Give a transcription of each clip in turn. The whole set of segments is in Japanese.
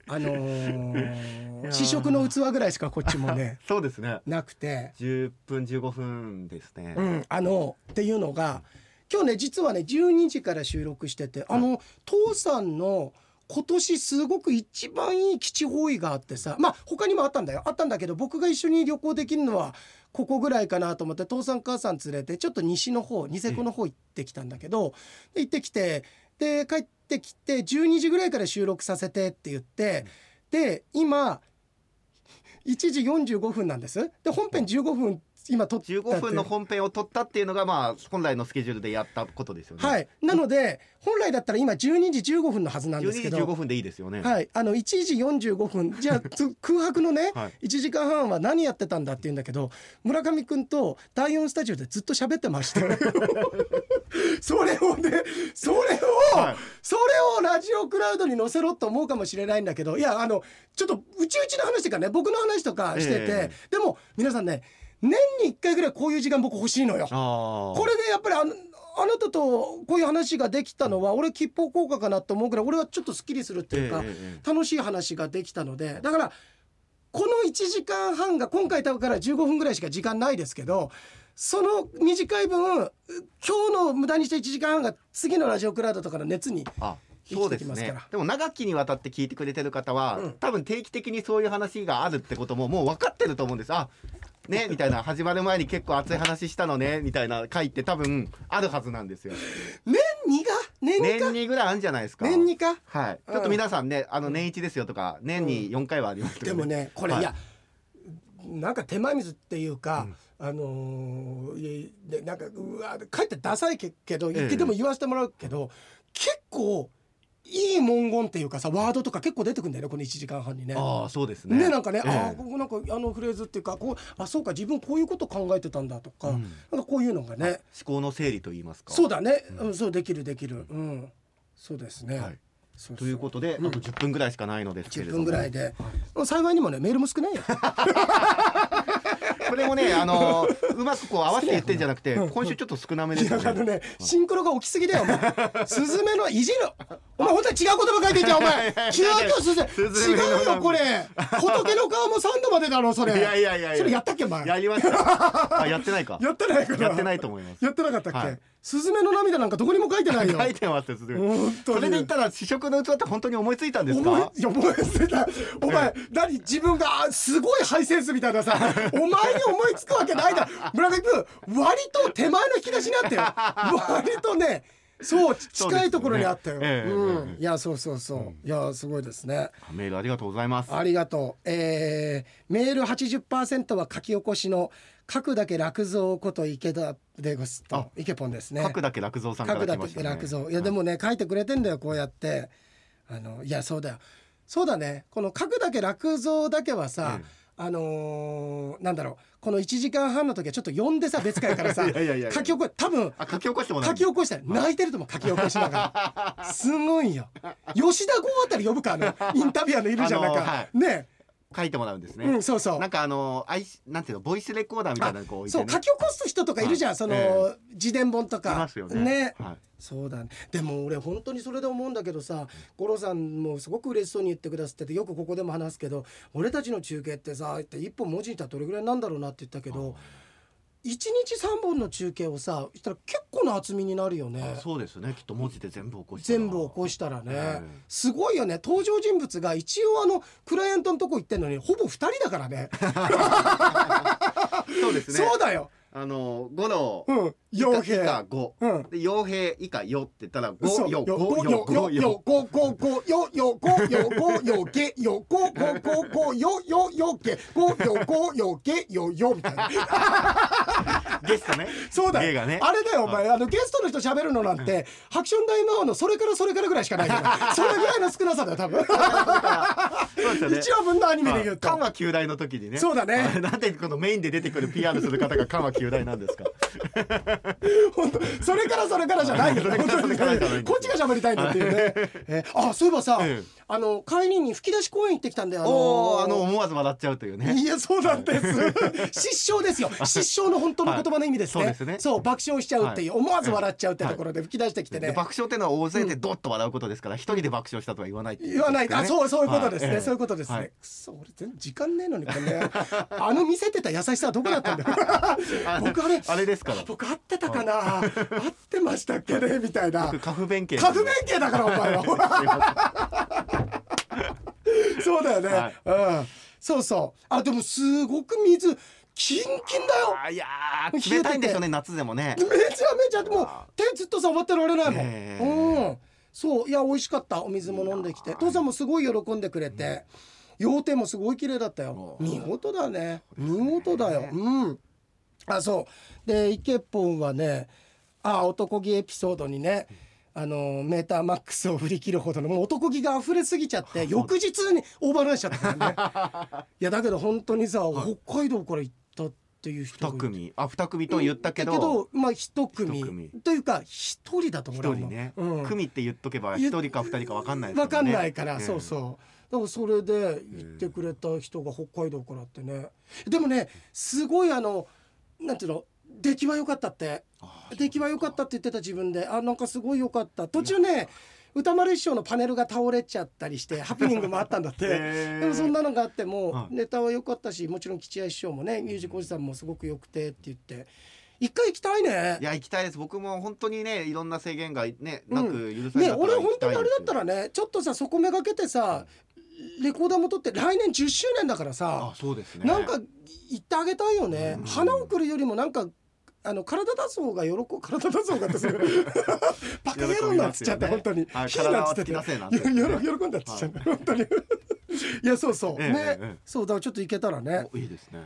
試食の器ぐらいしかこっちもねそうですね、 なくて 10分15分ですね、 っていうのが今日ね実はね12時から収録してて父さんの今年すごく一番いい基地方位があってさ、まあ他にもあったんだけど僕が一緒に旅行できるのはここぐらいかなと思って父さん母さん連れてちょっと西の方ニセコの方行ってきたんだけど、で行ってきてで帰ってきて12時ぐらいから収録させてって言って、で今1時45分なんです。で本編15分今撮ったって 15分の本編を撮ったっていうのがまあ本来のスケジュールでやったことですよね。 はい、なので本来だったら今12時15分のはずなんですけど 12時15分でいいですよね。 はい、1時45分じゃあ空白のね、1時間半は何やってたんだって言うんだけど村上くんと第4スタジオでずっと喋ってましたそれをラジオクラウドに載せろと思うかもしれないんだけど、いやちょっとうちの話とかね僕の話とかしてて、でも皆さんね年に1回ぐらいこういう時間僕欲しいのよ。これでやっぱりあなたとこういう話ができたのは俺吉報効果かなと思うくらい俺はちょっとスッキリするっていうか、楽しい話ができたので、だからこの1時間半が今回多分から15分ぐらいしか時間ないですけど、その短い分今日の無駄にした1時間半が次のラジオクラウドとかの熱にそうですね。でも長きにわたって聞いてくれてる方は、多分定期的にそういう話があるってことももう分かってると思うんです。ねみたいな始まる前に結構熱い話したのねみたいな回って多分あるはずなんですよ。年2ぐらいあるんじゃないですか。 年2か、 はい、ちょっと皆さんね年1ですよとか年に4回はありますけど、ね、 でもねこれ、いやなんか手前水っていうか、なんかかえってダサいけど言ってでも言わせてもらうけど、結構いい文言っていうかさワードとか結構出てくるんだよねこの1時間半にね。 そうですね。 なんかね、ここなんかフレーズっていうかそうか自分こういうこと考えてたんだとか、なんかこういうのがね思考の整理と言いますか。 そうだね、そうできる、そうですね、そうということで、あと10分ぐらいしかないのですけれども、 10分ぐらいで、幸いにもねメールも少ないよこれもねうまくこう合わせて言ってんじゃなくて今週ちょっっと少なめですよね。 シンクロが起きすぎだよお前スズメのいじるお前本当に違う言葉書いてんじゃんお前違うよスズメ違うよこれ仏の顔も3度までだろそれ。いやそれやったっけお前。 やりましたやってないか。 やってないからやってないと思います。 やってなかったっけ、スズメの涙なんかどこにも書いてないよ。 書いてますよスズメ。それで言ったら試食の器って本当に思いついたんですか。 思いついた。お前何自分がすごいハイセンスみたいなさお前に思いつくわけないだろ。村上君割と手前の引き出しにあったよ割とねそう近いところにあったよ。いやそう、いやすごいですね。 メールありがとうございます。 ありがとう。メール 80% は書き起こしの書くだけ楽蔵こと池田でごすと池ポンですね。 書くだけ楽蔵さんから来ましたね。 書くだけ楽蔵。いやでもね書いてくれてんだよこうやっていやそうだよそうだね。この書くだけ楽蔵だけはさ、なんだろうこの1時間半の時はちょっと呼んでさ別会からさ書き起こ多分書き起こしてもない。 書き起こしたら泣いてると思う書き起こしながらすごいよ。吉田剛あたり呼ぶかインタビュアーのいるじゃんなんかね書いてもらうんですね。 そうなんかなんていうのボイスレコーダーみたいなのこう置いてね。 そう書き起こす人とかいるじゃんその自伝本とかいますよね。 そうだね。でも俺本当にそれで思うんだけどさ五郎さんもすごく嬉しそうに言ってくださっててよくここでも話すけど俺たちの中継ってさって1本文字にしたらどれぐらいなんだろうなって言ったけど1日3本の中継をさしたら結構な厚みになるよね。 そうですねきっと文字で全部起こしたらね、すごいよね。登場人物が一応クライアントのとこ行ってんのにほぼ2人だからねそうですね。 そうだよ五郎傭兵以下5で傭兵以下よって言ったら5よ5 よ5よ5 5 5よよ5よ5よけよ5 5 5 5よよよけ5よ5よけよよみたいなゲストね。 そうだよ、 ね、 あれだよお前ゲストの人喋るのなんてハクション大魔王のそれからぐらいしかないよそれぐらいの少なさだよ多分そうですよね。 一話分のアニメで言うと緩和旧大の時にね。 そうだねなんでこのメインで出てくる PR する方が緩和旧大なんですか本当それからじゃないよねこっちが喋りたいんだっていうねそういえばさ帰りに吹き出し公園行ってきたんだよ。 思わず笑っちゃうというね。 いやそうなんです失笑ですよ。失笑の本当の言葉の意味ですね。 そうですね。 そう爆笑しちゃうっていう、思わず笑っちゃうってところで吹き出してきてね。 爆笑っていうのは大勢でドッと笑うことですから、一人で爆笑したとは言わないっていう、 言わないか。そういうことですね。そういうことですね。そう俺全然時間ねえのにこれ見せてた優しさはどこだったんだよ僕あれですから。 僕合ってたかな合ってましたっけねみたいな。 カフ弁慶だからお前はそうだよね、そうそうでもすごく水キンキンだよ。 いや冷たいんですよね夏でもね。 めちゃめちゃもう手ずっと触ってられないもん。そういや美味しかった。お水も飲んできて父さんもすごい喜んでくれて、要点もすごい綺麗だったよ。見事だね、見事だよ。そうでイケポンはね男気エピソードにねメーターマックスを振り切るほどのもう男気が溢れすぎちゃって翌日にオーバーランしちゃったからねいやだけど本当にさ、北海道から行ったっていう人が 2組と言ったけど、 1組というか1人だと思う。 1人ね、組って言っとけば1人か2人か分かんないですよね。 分かんないから、そうだからそれで言ってくれた人が北海道からってね。でもねすごいなんていうの出来は良かったって。出来は良かったって言ってた自分でなんかすごい良かった。途中ね歌丸師匠のパネルが倒れちゃったりしてハプニングもあったんだってでもそんなのがあっても、ネタは良かったし、もちろん吉谷師匠もねミュージックおじさんもすごく良くてって言って一回行きたいね。 いや行きたいです。僕も本当にねいろんな制限がねなく許されたら俺本当にあれだったらねちょっとさそこめがけてさレコーダーも取って来年10周年だからさ、 そうですね、 なんか行ってあげたいよね。花を送るよりもなんか体出そうが体出そうがってするバカ野郎なんつっちゃって本当に体は好きなせいなんて喜んだっつっちゃって本当にいやそうねそうだからちょっと行けたらねいいですね。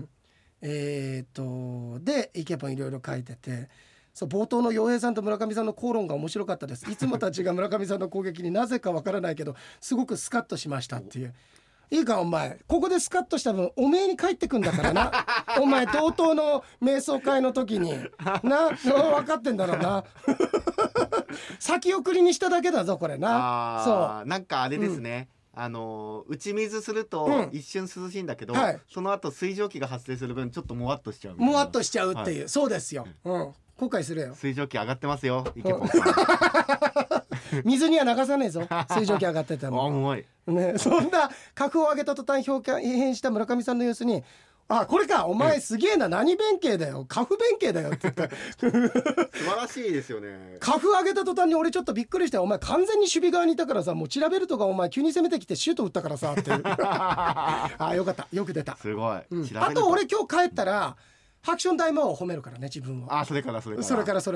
でイケポンいろいろ書いてて、そう冒頭の洋平さんと村上さんの口論が面白かったです。いつもたちが村上さんの攻撃になぜかわからないけどすごくスカッとしましたっていう。いいかお前ここでスカッとした分おめえに帰ってくんだからなお前同等の瞑想会の時にな分かってんだろうな先送りにしただけだぞこれな。 そうなんかあれですね、打ち水すると一瞬涼しいんだけど、その後水蒸気が発生する分ちょっともわっとしちゃうもわっとしちゃうっていう、そうですよ、後悔するよ。 水蒸気上がってますよイケポンさん水には流さねえぞ水蒸気上がっててもね、そんな格を上げた途端変した村上さんの様子にこれかお前すげえな、何弁慶だよカフ弁慶だよって言って素晴らしいですよね。 カフ上げた途端に俺ちょっとびっくりして、お前完全に守備側にいたからさ、もうチラベルトがお前急に攻めてきてシュート打ったからさっていうよかった、よく出たすごい、 あと俺今日帰ったらハクション大魔王を褒めるからね自分を。 それからは素晴らしい、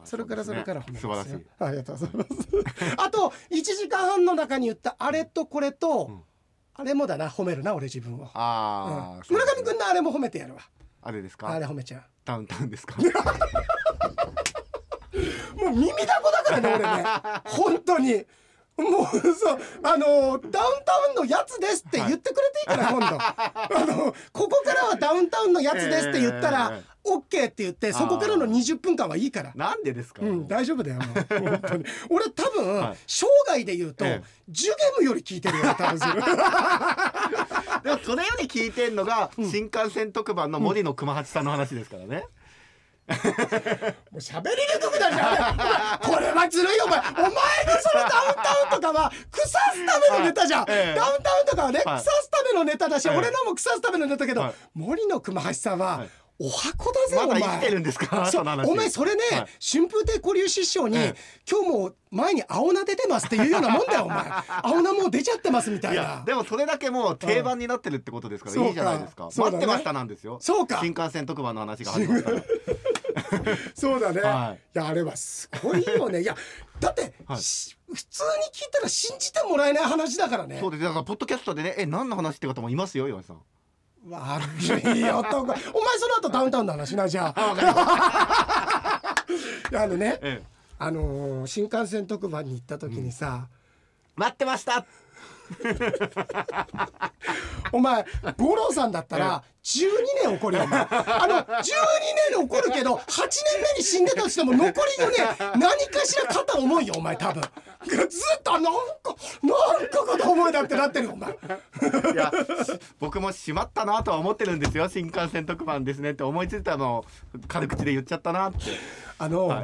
ありがとうございますあと1時間半の中に言ったあれとこれと、あれもだな、褒めるな俺自分を。村上くんのあれも褒めてやるわ。 あれですか？ あれ褒めちゃう。 ダウンタウンですか？ もう耳だこだからね俺ね本当にもうそうダウンタウンのやつですって言ってくれていいから今度ここからはダウンタウンのやつですって言ったら OK って言って、そこからの20分間はいいから。 なんでですか？ 大丈夫だよもう本当に俺多分生涯で言うとジュゲムより聞いてるよ多分するでもそれより聞いてんのが新幹線特番の森の熊八さんの話ですからね。 もう喋りにくくなるじゃんこれはずるいよお前のそのダウンタウンとかは腐すためのネタじゃん、ダウンタウンとかはね、腐すためのネタだし、俺のも腐すためのネタだけど、森の熊橋さんは、お箱だぜお前。 まだ生きてるんですか？ お前それね、春風亭小龍師匠に、今日も前に青菜出てますっていうようなもんだよお前青菜もう出ちゃってますみたいな。 いやでもそれだけもう定番になってるってことですから、いいじゃないですか。待ってましたなんですよ。 そうか、 新幹線特番の話が始まったらそうだね、いやあれはすごいよねいやだって、普通に聞いたら信じてもらえない話だからね。 そうです。だからポッドキャストでね、何の話って方もいますよ岩井さん。 悪い男お前その後ダウンタウンの話な、じゃあ新幹線特番に行った時にさ、 待ってましたお前五郎さんだったら12年怒るよお前12年怒るけど8年目に死んでたとしても残りのね何かしら肩重いよお前多分ずっとなんか片思いだってなってるよお前。 いや僕もしまったなとは思ってるんですよ。新幹線特番ですねって思いついたのを軽口で言っちゃったなって。はい、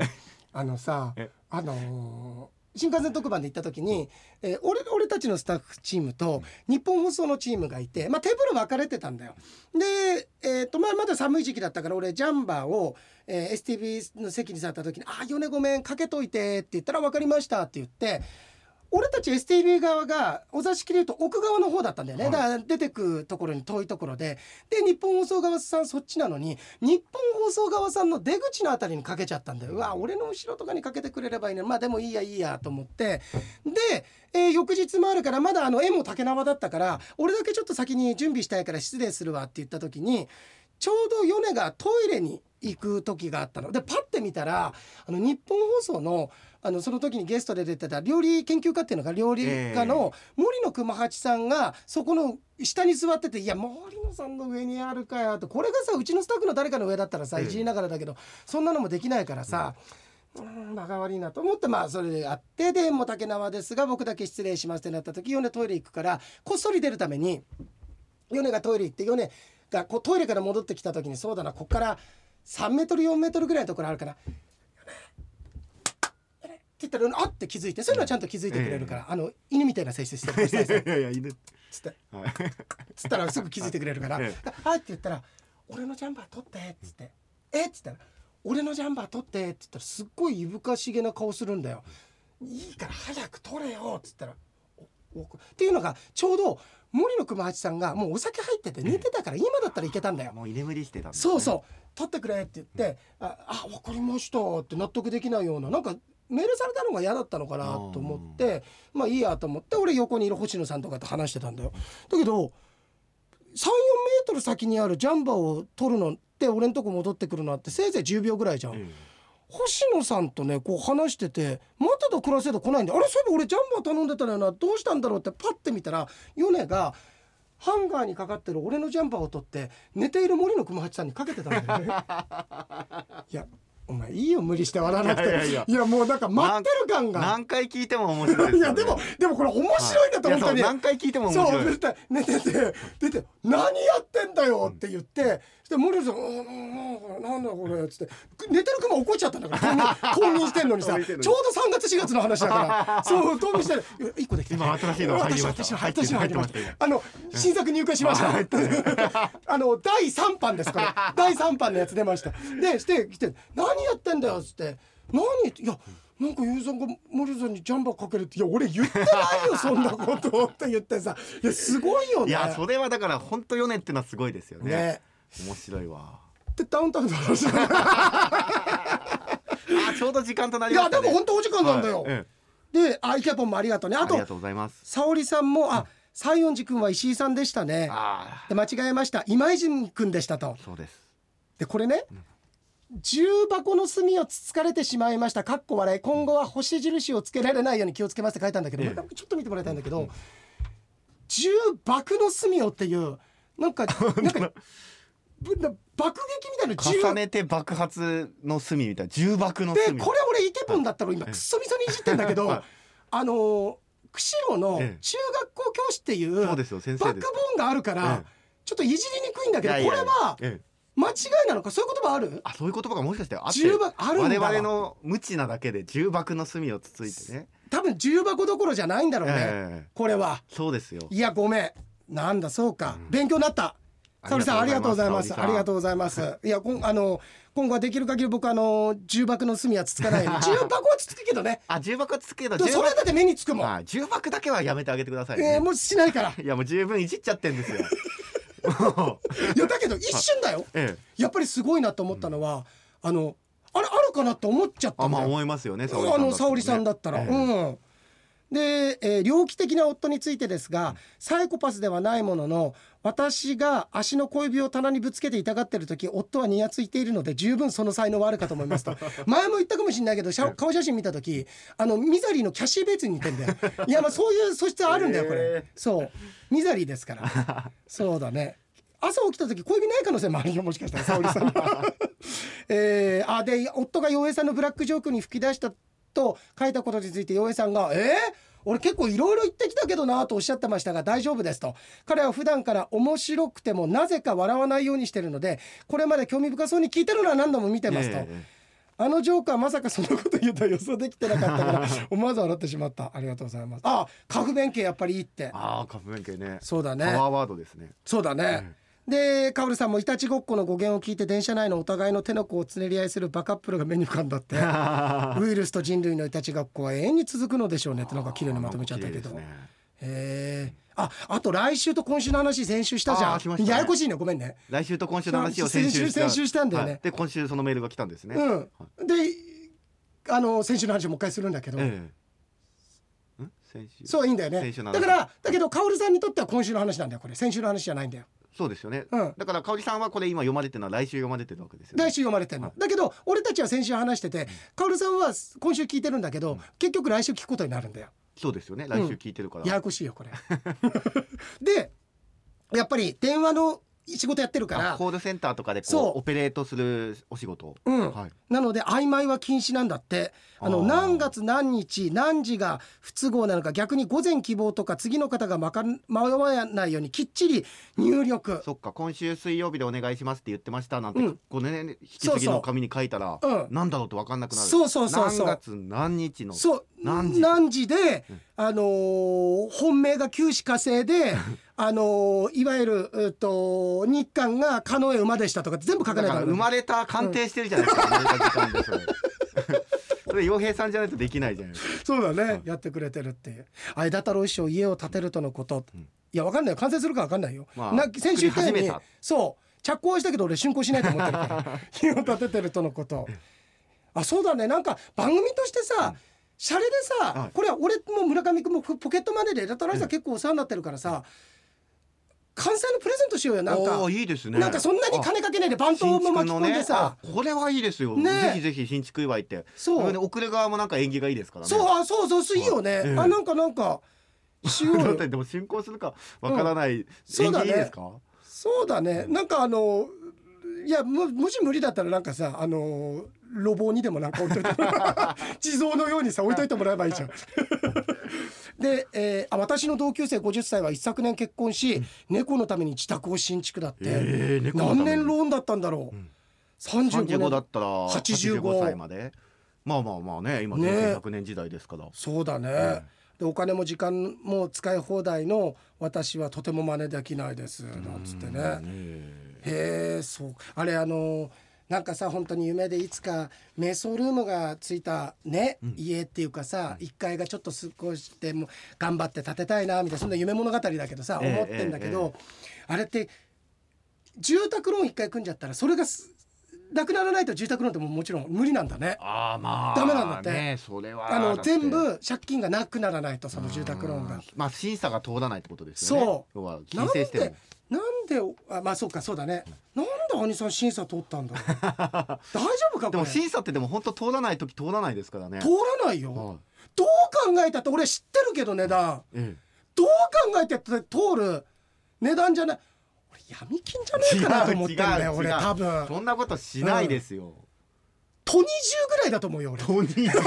新幹線特番で行った時に、俺たちのスタッフチームと日本放送のチームがいて、テーブル分かれてたんだよ。で、まだ寒い時期だったから俺ジャンバーを、STB の席に座った時に「米ごめんかけといて」って言ったら「分かりました」って言って、俺たち STB 側がお座敷でいうと奥側の方だったんだよね、だから出てくところに遠いところで日本放送側さんそっちなのに日本放送側さんの出口のあたりにかけちゃったんだよ。うわ俺の後ろとかにかけてくれればいいのでもいいやと思ってで、翌日もあるからまだ絵も竹縄だったから俺だけちょっと先に準備したいから失礼するわって言った時にちょうど米がトイレに行く時があったのでパッて見たら日本放送のその時にゲストで出てた料理研究家っていうのが料理家の森野熊八さんがそこの下に座ってて「いや森野さんの上にあるかよ」とこれがさうちのスタッフの誰かの上だったらさいじりながらだけどそんなのもできないからさ間が悪いなと思ってそれでやってでもう竹縄ですが僕だけ失礼しますってなった時米トイレ行くからこっそり出るために米がトイレ行って米がトイレから戻ってきた時にそうだなこっから3メートル4メートルぐらいのところあるからって言ったらって気づいてそういうのはちゃんと気づいてくれるから、犬みたいな性質してるいや犬つってつったらすぐ気づいてくれるから「って言ったら「俺のジャンバー取って」っつって「って言ったら「俺のジャンバー取って」って言ったらすっごいいぶかしげな顔するんだよ。いいから早く取れよっつったらっていうのがちょうど森野熊八さんがもうお酒入ってて寝てたから今だったらいけたんだよ。 もう居眠りしてたんですね。 そう取ってくれって言って「分かりました」って納得できないようななんかメールされたのが嫌だったのかなと思っていいやと思って俺横にいる星野さんとかと話してたんだよ。だけど 3,4 メートル先にあるジャンバーを取るのって俺のとこ戻ってくるのってせいぜい10秒ぐらいじゃん、星野さんとねこう話してて待てど暮らせど来ないんでそういえば俺ジャンバー頼んでたのよなどうしたんだろうってパッて見たら米がハンガーにかかってる俺のジャンバーを取って寝ている森野熊八さんにかけてたんだよねいやお前いいよ無理して笑わなくていやもうなんか待ってる感が何回聞いても面白いですよね。 いやでもこれ面白いんだと思ったね。 何回聞いても面白い。 そう寝てて出て何やってんだよって言って、そして森野さんなんだこれっつって寝てる熊怒っちゃったんだから冬眠してんのにさちょうど3月4月の話だからそう冬眠して1個できて今新しいの入りました。 入ってました新作入荷しました第3版ですこれ第3版のやつ出ましたでして来て何やってんだよっつっていやなんかゆうさんが森さんにジャンバーかけるっていや俺言ってないよそんなことって言ってさいやすごいよね。 いやそれはだから本当米ってのはすごいですよね。面白いわ。 でダウンタウンの話ちょうど時間となりましたね。 いやでも本当お時間なんだよ、でイケポンもありがとうね。ありがとうございます。 沙織さんも西園寺君は石井さんでしたね。で間違えました今泉君でしたと。 そうです。 でこれね、重箱の隅をつつかれてしまいましたかっこ笑い今後は星印をつけられないように気をつけますって書いたんだけど、ちょっと見てもらいたいんだけど、重箱の隅をっていうなんか爆撃みたいな重ねて爆発の隅みたいな重爆の隅でこれ俺イケポンだったら今クソみそにいじってんだけど、釧路の中学校教師っていうバックボーンがあるからちょっといじりにくいんだけど、これは間違いなのかそういう言葉ある？ そういう言葉がもしかしてあってあるんだ。 我々の無知なだけで重箱の隅をつついてね。 多分重箱どころじゃないんだろうね、これは。 そうですよ。 いやごめんなんだそうか、勉強になった。沙織さんありがとうございます。ありがとうございます。いや今後はできる限り僕重箱の隅はつつかないように重箱はつつくけどね。 重箱はつつくけどそれだって目につくもん。 重箱だけはやめてあげてくださいね。 もうしないから。 いやもう十分いじっちゃってんですよいやだけど一瞬だよ、やっぱりすごいなと思ったのは、あれあるかなって思っちゃったんだよ。 思いますよね沙織さんだったら、で、猟奇的な夫についてですが、サイコパスではないものの私が足の小指を棚にぶつけて痛がってる時夫はニヤついているので十分その才能はあるかと思いますと前も言ったかもしれないけど顔写真見た時ミザリーのキャシー・ベイツに似てんだよいやそういう素質あるんだよこれ、そうミザリーですからそうだね。朝起きた時小指ない可能性もあるよもしかしたら沙織さんで夫が洋平さんのブラックジョークに吹き出したと書いたことについて洋平さんが俺結構いろいろ言ってきたけどなとおっしゃってましたが大丈夫ですと。彼は普段から面白くてもなぜか笑わないようにしてるのでこれまで興味深そうに聞いてるのは何度も見てますと、あのジョークはまさかそのこと言うとは予想できてなかったから思わず笑ってしまった。ありがとうございます。カフ弁慶やっぱりいいって。 カフ弁慶ね。 そうだね、 パワーワードですね。 そうだね、でカオルさんもいたちごっこの語源を聞いて電車内のお互いの手の甲をつねり合いするバカップルが目に浮かんだってウイルスと人類のいたちごっこは永遠に続くのでしょうねってなんか綺麗にまとめちゃったけど、あと来週と今週の話先週したじゃん、ややこしいね、ごめんね。 来週と今週の話を先週したんだよね、 で今週そのメールが来たんですね、 で先週の話をもう一回するんだけど、 先週そういいんだよね。だけどカオルさんにとっては今週の話なんだよ、これ先週の話じゃないんだよ。 そうですよね、だから香織さんはこれ今読まれてるのは来週読まれてるわけですよね。 来週読まれてるの、だけど俺たちは先週話してて、香織さんは今週聞いてるんだけど、結局来週聞くことになるんだよ。 そうですよね、来週聞いてるから、 ややこしいよこれでやっぱり電話の仕事やってるからコールセンターとかでオペレートするお仕事、 なので曖昧は禁止なんだって。何月何日何時が不都合なのか、逆に午前希望とか次の方が迷わないようにきっちり入力。 そっか、今週水曜日でお願いしますって言ってましたなんて、このね引き継ぎの紙に書いたらなんだろうと分かんなくなる。何月何日の何時で、本命が九死火星でいわゆる日韓が狩野へ馬でしたとか全部書かないから、 生まれた鑑定してるじゃないですか、生まれた時間でそれそれ洋平さんじゃないとできないじゃないですか。 そうだね、やってくれてるっていう。枝太郎師匠家を建てるとのこと、いや分かんないよ、完成するか分かんないよ、先週言ったようにそう着工はしたけど俺竣工しないと思ってるから家を建ててるとのこと。そうだね、なんか番組としてさ、シャレでさ、これは俺も村上君もポケットマネーで枝太郎さん結構お世話になってるからさ、関西のプレゼントしようよ。なんかいいですね、 なんかそんなに金かけないで番頭も巻き込んでさ、 これはいいですよ、ぜひぜひ新築祝いって。そう送る側もなんか縁起がいいですからね。 そういいよね、なんかしようよでも進行するかわからない、縁起いいですか。 そうだね、なんかいやもし無理だったらなんかさ路傍にでもなんか置いといて地蔵のようにさ置いといてもらえばいいじゃんで、私の同級生50歳は一昨年結婚し、猫のために自宅を新築だって、何年ローンだったんだろう、 35だったら 85 歳まで、まあね、今100年時代ですから、 そうだね、でお金も時間も使い放題の私はとても真似できないですなんつってね。そうあれなんかさ本当に夢でいつか瞑想ルームがついたね、家っていうかさ、1階がちょっと少しでも頑張って建てたいなみたいな、そんな夢物語だけどさ、思ってんだけど、あれって住宅ローン1回組んじゃったらそれがなくならないと住宅ローンってもちろん無理なんだね。ダメなんだって、それは全部借金がなくならないと、その住宅ローンが審査が通らないってことですよね。そう要は金制してもなんでそうだね、なんで兄さん審査通ったんだろう大丈夫かこれ。 でも審査ってでも本当通らない時通らないですからね。 通らないよ、どう考えたって俺知ってるけど値段、どう考えてって通る値段じゃない。俺闇金じゃねえかなと思ってんだよ俺多分。 そんなことしないですよ、 トニ10ぐらいだと思うよ俺。 トニ10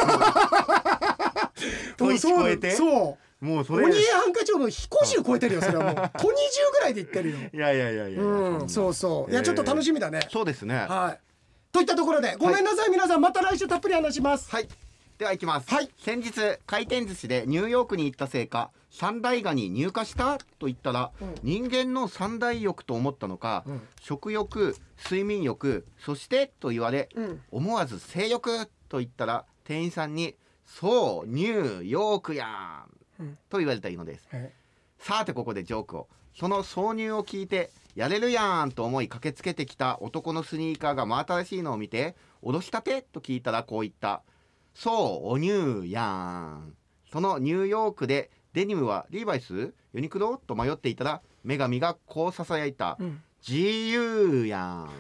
トニ超えて、 そうもうそれ鬼ハンカチョウの彦10超えてるよそれはもうトニ10ぐらいで言ってるよ。 いや、 そういやちょっと楽しみだね。 そうですね、 はいといったところでごめんなさい、皆さんまた来週たっぷり話します。 はい、では行きます。先日回転寿司でニューヨークに行ったせいか三大河に入荷したと言ったら、人間の三大欲と思ったのか、食欲、睡眠欲、そしてと言われ、思わず性欲と言ったら店員さんにそうニューヨークやんと言われたいのです。さてここでジョークを。その挿入を聞いてやれるやんと思い駆けつけてきた男のスニーカーが真新しいのを見て脅したてと聞いたらこう言った。そうおニューやん。そのニューヨークでデニムはリーバイスユニクロと迷っていたら女神がこうささやいた、自由やん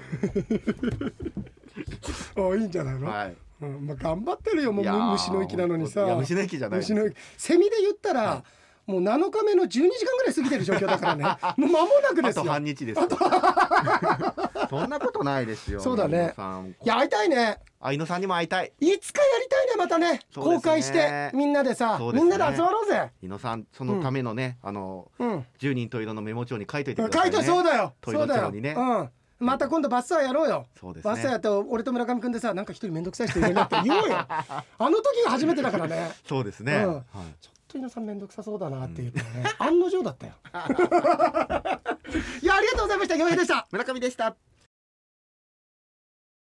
いいんじゃないの。頑張ってるよもう虫の息なのにさ。 いや虫の息じゃないです。 セミで言ったら、もう7日目の12時間ぐらい過ぎてる状況だからねもう間もなくですよ。 あと半日ですそんなことないですよ。 そうだね。いや会いたいね。 愛野さんにも会いたい。 いつかやりたいね、またね。公開してみんなでさ、みんなで集まろうぜ。 井野さん、そのためのね、10人十色のメモ帳に書いといてくださいね。 書いとそうだよ。 十色帳にね。 また今度バスツアーやろうよ。 そうですね。 バスツアーやって俺と村上くんでさ、なんか一人めんどくさい人いるなって言おうよ。あの時が初めてだからね。そうですね。ちょっと井野さんめんどくさそうだなっていうのね。案の定だったよ。いや、ありがとうございました。陽平でした。 村上でした。